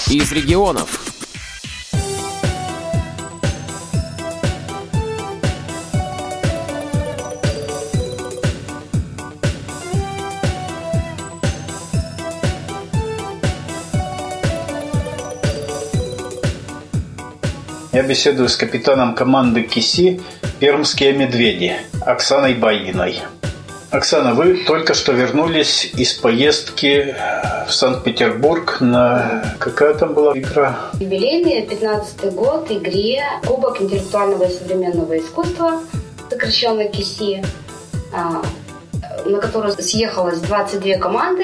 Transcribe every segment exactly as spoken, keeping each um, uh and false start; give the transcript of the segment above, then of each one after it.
из регионов. Я беседую с капитаном команды КИСИ «Пермские медведи» Оксаной Баиной. Оксана, вы только что вернулись из поездки в Санкт-Петербург на... Какая там была игра? Юбилейный пятнадцатый год игре Кубок интеллектуального и современного искусства, сокращенно КИСИ, на которую съехалось двадцать две команды,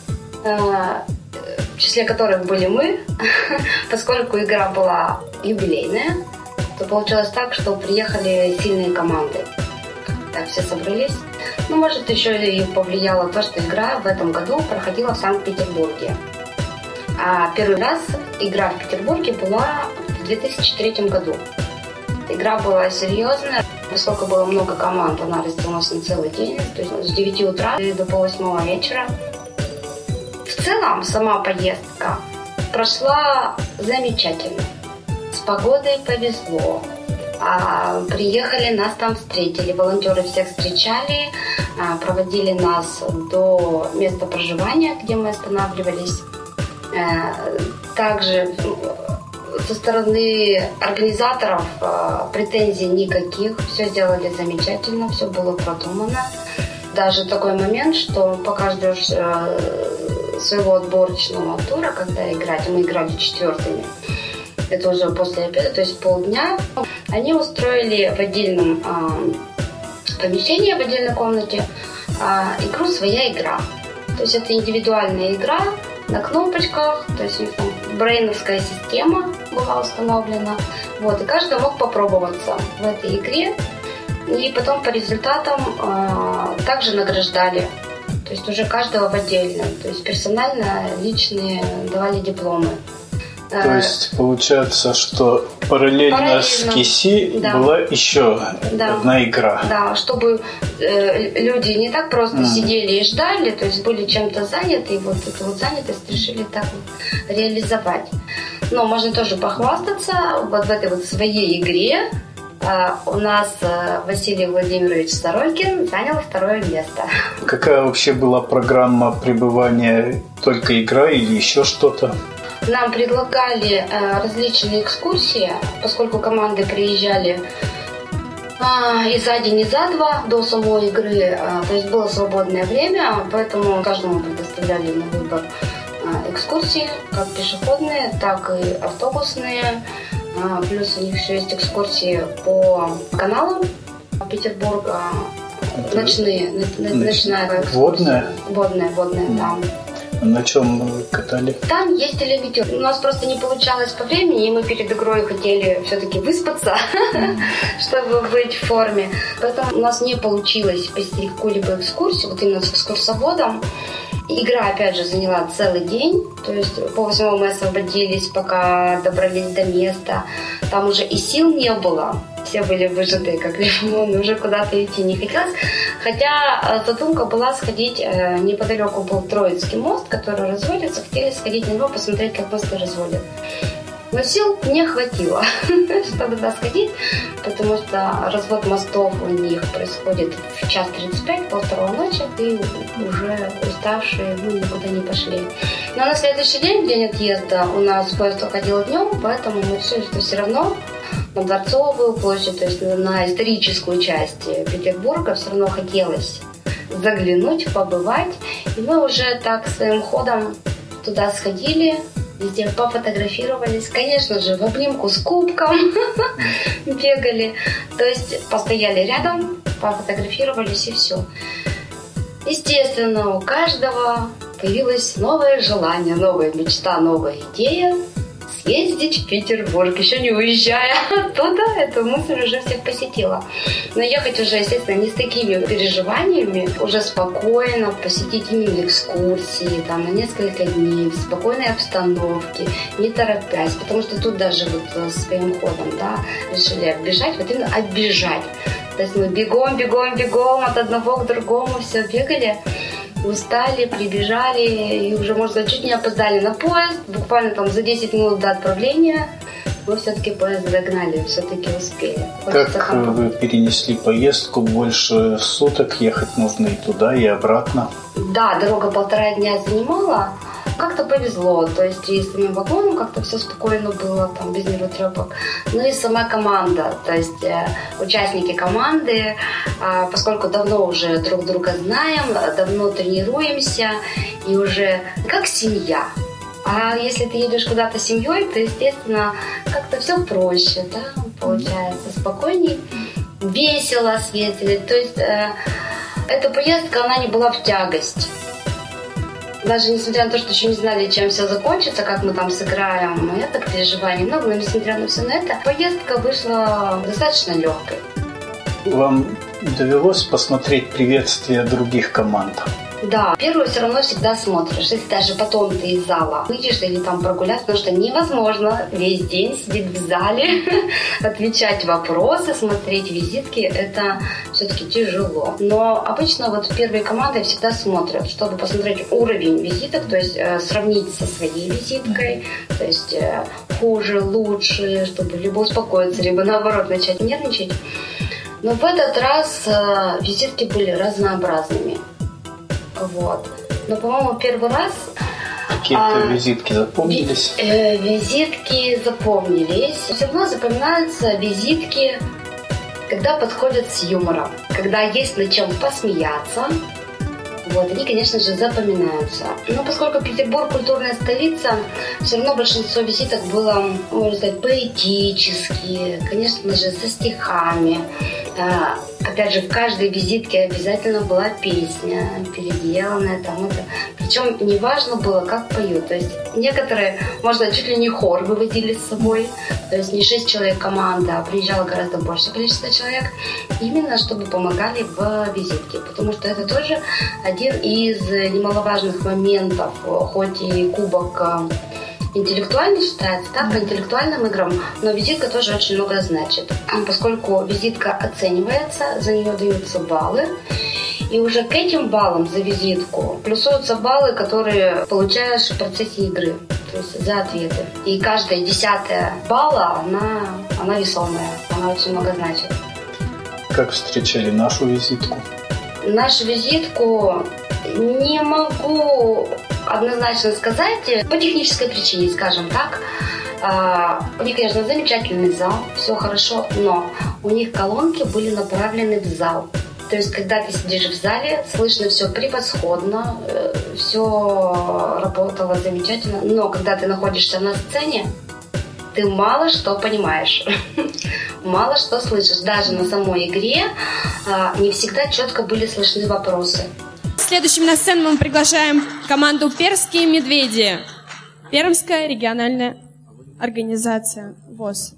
в числе которых были мы. Поскольку игра была юбилейная, то получилось так, что приехали сильные команды. Так все собрались. Ну, может, еще и повлияло то, что игра в этом году проходила в Санкт-Петербурге. А первый раз игра в Петербурге была в две тысячи третьем году. Игра была серьезная. Поскольку было много команд, она разделилась на целый день. То есть с девяти утра до полвосьмого вечера. В целом, сама поездка прошла замечательно. С погодой повезло. А, приехали, нас там встретили. Волонтеры всех встречали, а, проводили нас до места проживания, где мы останавливались. А, также со стороны организаторов а, претензий никаких. Все сделали замечательно, все было продумано. Даже такой момент, что пока ждешь а, своего отборочного тура, когда играть, мы играли четвертыми. Это уже после обеда, то есть полдня. Они устроили в отдельном э, помещении, в отдельной комнате э, игру «Своя игра». То есть это индивидуальная игра на кнопочках, то есть у них там брейновская система была установлена. Вот, и каждый мог попробоваться в этой игре. И потом по результатам э, также награждали. То есть уже каждого в отдельно. То есть персонально личные давали дипломы. То есть получается, что параллельно, параллельно с КИСИ да. была еще да. одна игра. Да, чтобы э, люди не так просто mm. сидели и ждали, то есть были чем-то заняты, и вот эту вот занятость решили так вот реализовать. Но можно тоже похвастаться вот в этой вот своей игре. Э, у нас э, Василий Владимирович Сорокин занял второе место. Какая вообще была программа пребывания? Только игра или еще что-то? Нам предлагали э, различные экскурсии, поскольку команды приезжали э, и за день, и за два до самой игры. Э, то есть было свободное время, поэтому каждому предоставляли на выбор э, экскурсии, как пешеходные, так и автобусные. Э, плюс у них еще есть экскурсии по каналам Петербурга. Это ночные, ноч, ночная экскурсия. Водная? Водная, водная, mm. да. На чем вы катали? Там есть телевизор. У нас просто не получалось по времени, и мы перед игрой хотели все-таки выспаться, mm. чтобы быть в форме. Поэтому у нас не получилось посетить какую-либо экскурсию, вот именно с экскурсоводом. Игра, опять же, заняла целый день. То есть по восьмому мы освободились, пока добрались до места. Там уже и сил не было. Все были выжатые, как лимоны, уже куда-то идти не хотелось. Хотя задумка была сходить, э, неподалеку был Троицкий мост, который разводится. Хотели сходить на него, посмотреть, как мосты разводят. Но сил не хватило, чтобы туда сходить, потому что развод мостов у них происходит в час тридцать пять, полвторого ночи, и уже уставшие мы никуда не пошли. Но на следующий день, день отъезда, у нас поезд уходил днем, поэтому мы решили, что все равно на Дворцовую площадь, то есть на историческую часть Петербурга все равно хотелось заглянуть, побывать. И мы уже так своим ходом туда сходили, везде пофотографировались. Конечно же, в обнимку с кубком бегали. То есть постояли рядом, пофотографировались и все. Естественно, у каждого появилось новое желание, новая мечта, новая идея съездить в Петербург, еще не уезжая оттуда. Эту мысль уже всех посетила. Но ехать уже, естественно, не с такими переживаниями, уже спокойно посетить именно экскурсии, там, на несколько дней, в спокойной обстановке, не торопясь, потому что тут даже вот своим ходом, да, решили оббежать, вот именно оббежать. То есть мы бегом, бегом, бегом от одного к другому все бегали. устали, прибежали и уже, можно сказать, чуть не опоздали на поезд. Буквально там за десять минут до отправления мы все-таки поезд догнали, все-таки успели. Хочется как там... вы перенесли поездку? Больше суток ехать нужно и туда, и обратно? Да, дорога полтора дня занимала. Как-то повезло, то есть и с самим вагоном как-то все спокойно было, там, без нервотрепок. Ну и сама команда, то есть э, участники команды, э, поскольку давно уже друг друга знаем, давно тренируемся, и уже как семья. А если ты едешь куда-то с семьей, то, естественно, как-то все проще, да, получается, спокойней, весело съездили. То есть э, эта поездка, она не была в тягость. Даже несмотря на то, что еще не знали, чем все закончится, как мы там сыграем, я так переживаю немного, но несмотря на все на это, поездка вышла достаточно легкой. Вам довелось посмотреть приветствия других команд? Да, первую все равно всегда смотришь. Если даже потом ты из зала выйдешь или там прогуляться, потому что невозможно весь день сидеть в зале, отвечать вопросы, смотреть визитки, это все-таки тяжело. Но обычно вот первые команды всегда смотрят, чтобы посмотреть уровень визиток, то есть э, сравнить со своей визиткой, то есть э, хуже, лучше, чтобы либо успокоиться, либо наоборот начать нервничать. Но в этот раз э, визитки были разнообразными. Вот. Но, по-моему, первый раз... Какие-то а, визитки запомнились? Ви, э, визитки запомнились. Все равно запоминаются визитки, когда подходят с юмором. Когда есть над чем посмеяться. Вот, они, конечно же, запоминаются. Но поскольку Петербург культурная столица, все равно большинство визиток было, можно сказать, поэтические, конечно же, со стихами. А, опять же, в каждой визитке обязательно была песня, переделанная там это. Причем неважно было, как поют. То есть некоторые, можно чуть ли не хор выводили с собой. То есть не шесть человек команда, а приезжало гораздо большее количество человек. Именно чтобы помогали в визитке. Потому что это тоже один из немаловажных моментов, хоть и кубок интеллектуальный считается, да, по интеллектуальным играм, но визитка тоже очень много значит, поскольку визитка оценивается, за нее даются баллы, и уже к этим баллам за визитку плюсуются баллы, которые получаешь в процессе игры, то есть за ответы. И каждая десятая балла, она, она весомая, она очень много значит. Как встречали нашу визитку? Нашу визитку не могу однозначно сказать, по технической причине, скажем так. У них, конечно, замечательный зал, все хорошо, но у них колонки были направлены в зал. То есть, когда ты сидишь в зале, слышно все превосходно, все работало замечательно, но когда ты находишься на сцене, ты мало что понимаешь, мало что слышишь. Даже на самой игре не всегда четко были слышны вопросы. Следующим на сцену мы приглашаем команду «Пермские медведи». Пермская региональная организация ВОС.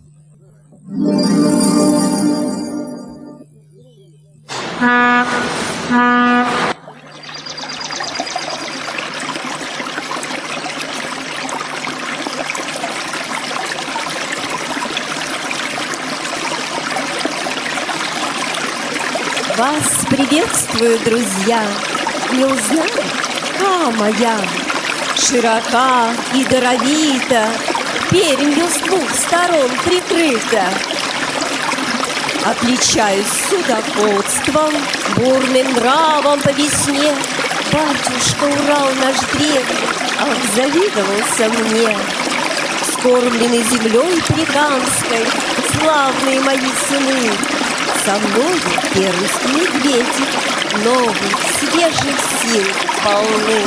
Вас приветствую, друзья! Не узнали? А, моя! Широка и даровита, Пермью с двух сторон прикрыта. Отличаюсь судоходством, бурным нравом по весне. Батюшка Урал наш древний, ах, завидовался мне. Скормлены землей африканской, славные мои сыны. Со мною пермские медведи, новых, свежих сил полны.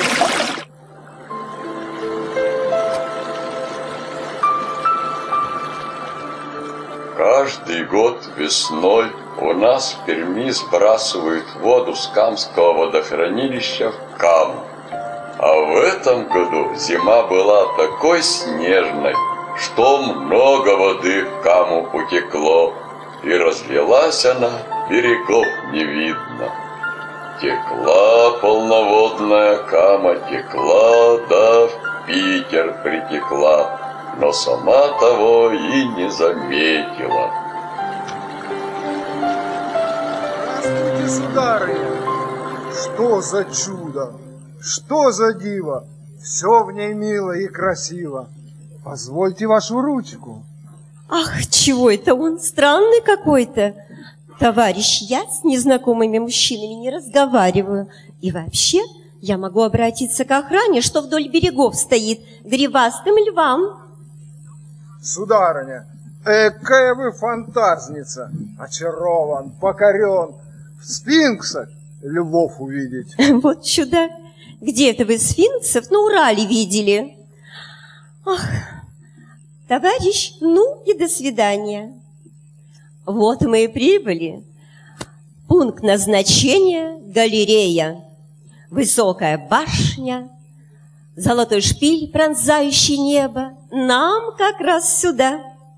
Каждый год весной у нас в Перми сбрасывают воду с Камского водохранилища в Кам. А в этом году зима была такой снежной, что много воды в Каму утекло, и разлилась она, берегов не видно. Текла полноводная Кама, текла, да в Питер притекла, но сама того и не заметила. Здравствуйте, сударыня! Что за чудо, что за диво, все в ней мило и красиво. Позвольте вашу ручку. Ах, чего это он? Странный какой-то. Товарищ, я с незнакомыми мужчинами не разговариваю. И вообще, я могу обратиться к охране, что вдоль берегов стоит, гривастым львам. Сударыня, экая вы фантазница. Очарован, покорен. В сфинксах львов увидеть. Вот чудак. Где это вы сфинксов на Урале видели? Ах, товарищ, ну и до свидания. Вот мы и прибыли. Пункт назначения – галерея. Высокая башня, золотой шпиль, пронзающий небо. Нам как раз сюда.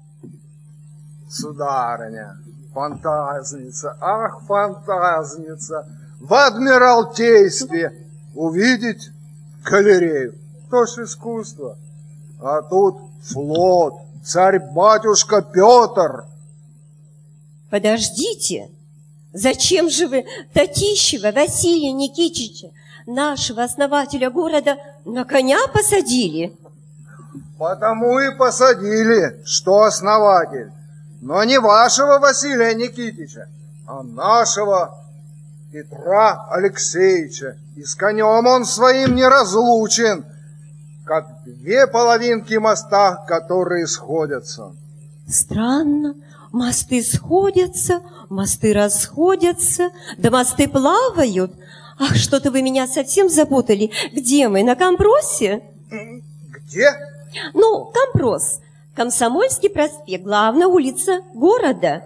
Сударыня, фантазница, ах, фантазница, в Адмиралтействе увидеть галерею. То ж искусство. А тут флот, царь-батюшка Петр. Подождите, зачем же вы Татищева Василия Никитича, нашего основателя города, на коня посадили? Потому и посадили, что основатель. Но не вашего Василия Никитича, а нашего Петра Алексеевича. И с конем он своим не разлучен, как две половинки моста, которые сходятся. Странно. Мосты сходятся, мосты расходятся, да мосты плавают. Ах, что-то вы меня совсем запутали. Где мы, на Компросе? Где? Ну, Компрос. Комсомольский проспект, главная улица города.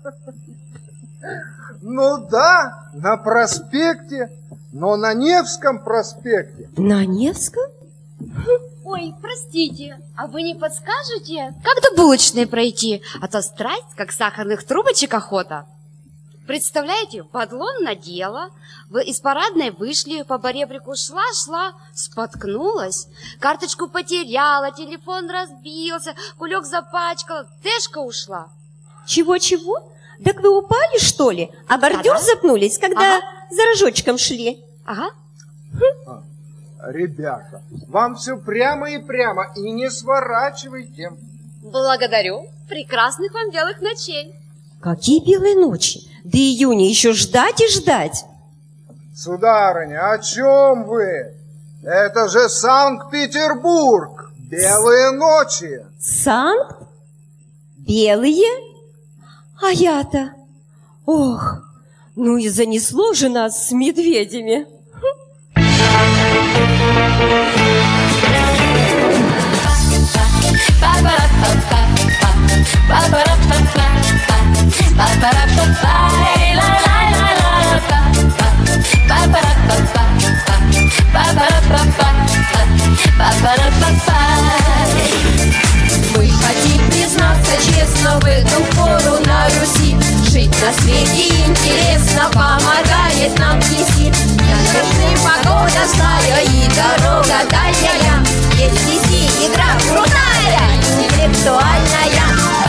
Ну да, на проспекте, но на Невском проспекте. На Невском? Ой, простите, а вы не подскажете, как до булочной пройти? А то страсть, как сахарных трубочек охота. Представляете, подлон надела, вы из парадной вышли, по баребрику шла-шла, споткнулась, карточку потеряла, телефон разбился, кулек запачкала, тэшка ушла. Чего-чего? Так вы упали, что ли? А бордюр Да-да. запнулись, когда Ага. за рожочком шли? Ага. А, ребята, вам все прямо и прямо, и не сворачивайте. Благодарю. Прекрасных вам белых ночей. Какие белые ночи? До июня еще ждать и ждать. Сударыня, о чем вы? Это же Санкт-Петербург, белые ночи. Санкт? Белые? А я-то... Ох, ну и занесло же нас с медведями. Мы хотим признаться честно, в эту пору на Руси жить на свете интересно, помогает нам птицы. Страшная погода злая и дорога дальняя, есть здесь игра крутая, интеллектуальная.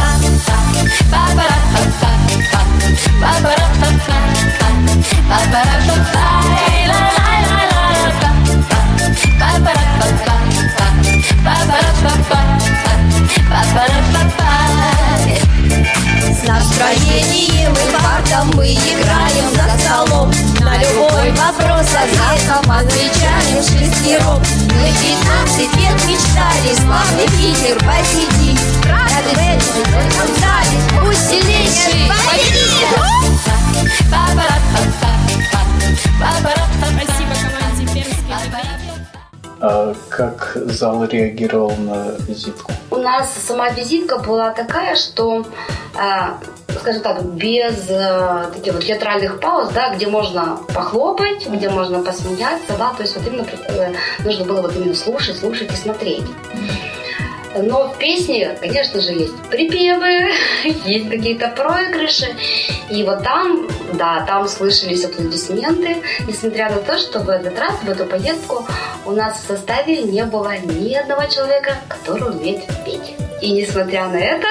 С настроением и фартом мы играем за столом, на любой вопрос ответом отвечаем шестером. Мы пятнадцать лет мечтали славный Питер посетить, как в этом зале пусть сильнейший победит. Спасибо команде «Пермские медведи». А как зал реагировал на визитку? У нас сама визитка была такая, что, э, скажем так, без э, таких вот театральных пауз, да, где можно похлопать, где можно посмеяться, да, то есть вот именно э, нужно было вот именно слушать, слушать и смотреть. Но в песне, конечно же, есть припевы, есть какие-то проигрыши. И вот там, да, там слышались аплодисменты, несмотря на то, что в этот раз, в эту поездку, у нас в составе не было ни одного человека, который умеет петь. И несмотря на это,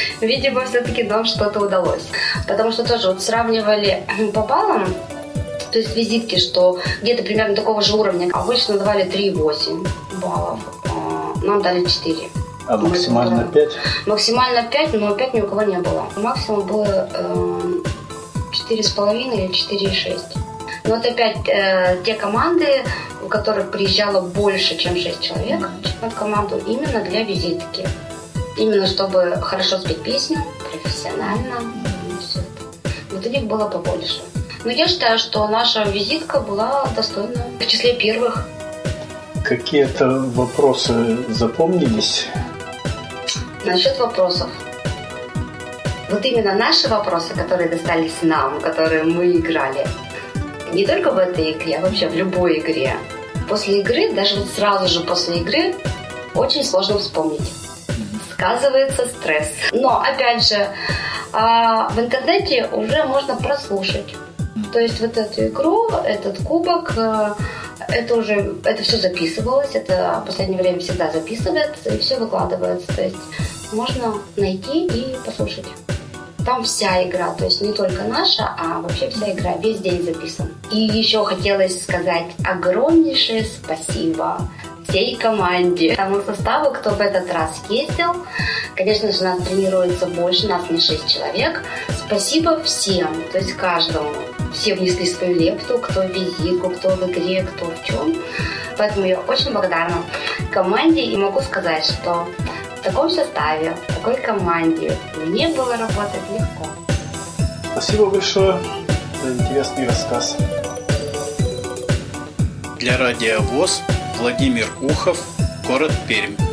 видимо, все-таки нам что-то удалось. Потому что тоже вот сравнивали по баллам То есть визитки, что где-то примерно такого же уровня. Обычно давали три и восемь баллов. Нам дали четыре. А максимально пять? Максимально пять, но пять ни у кого не было. Максимум было четыре с половиной или четыре и шесть. Но это опять э, те команды, у которых приезжало больше, чем шесть человек в команду, именно для визитки. Именно чтобы хорошо спеть песню, профессионально. Все это. Вот у них было побольше. Но я считаю, что наша визитка была достойна в числе первых. Какие-то вопросы запомнились? Насчет вопросов. Вот именно наши вопросы, которые достались нам, которые мы играли, не только в этой игре, а вообще в любой игре. После игры, даже вот сразу же после игры, очень сложно вспомнить. Сказывается стресс. Но, опять же, в интернете уже можно прослушать. То есть вот эту игру, этот кубок, это уже, это все записывалось, это в последнее время всегда записывается и все выкладывается. То есть можно найти и послушать. Там вся игра, то есть не только наша, а вообще вся игра, весь день записан. И еще хотелось сказать огромнейшее спасибо всей команде, тому составу, кто в этот раз ездил. Конечно же, нас тренируется больше, нас не шесть человек. Спасибо всем, то есть каждому. Все внесли свою лепту, кто в визитку, кто в игре, кто в чем. Поэтому я очень благодарна команде и могу сказать, что в таком составе, в такой команде мне было работать легко. Спасибо большое за интересный рассказ. Для радио ВОС Владимир Ухов, город Пермь.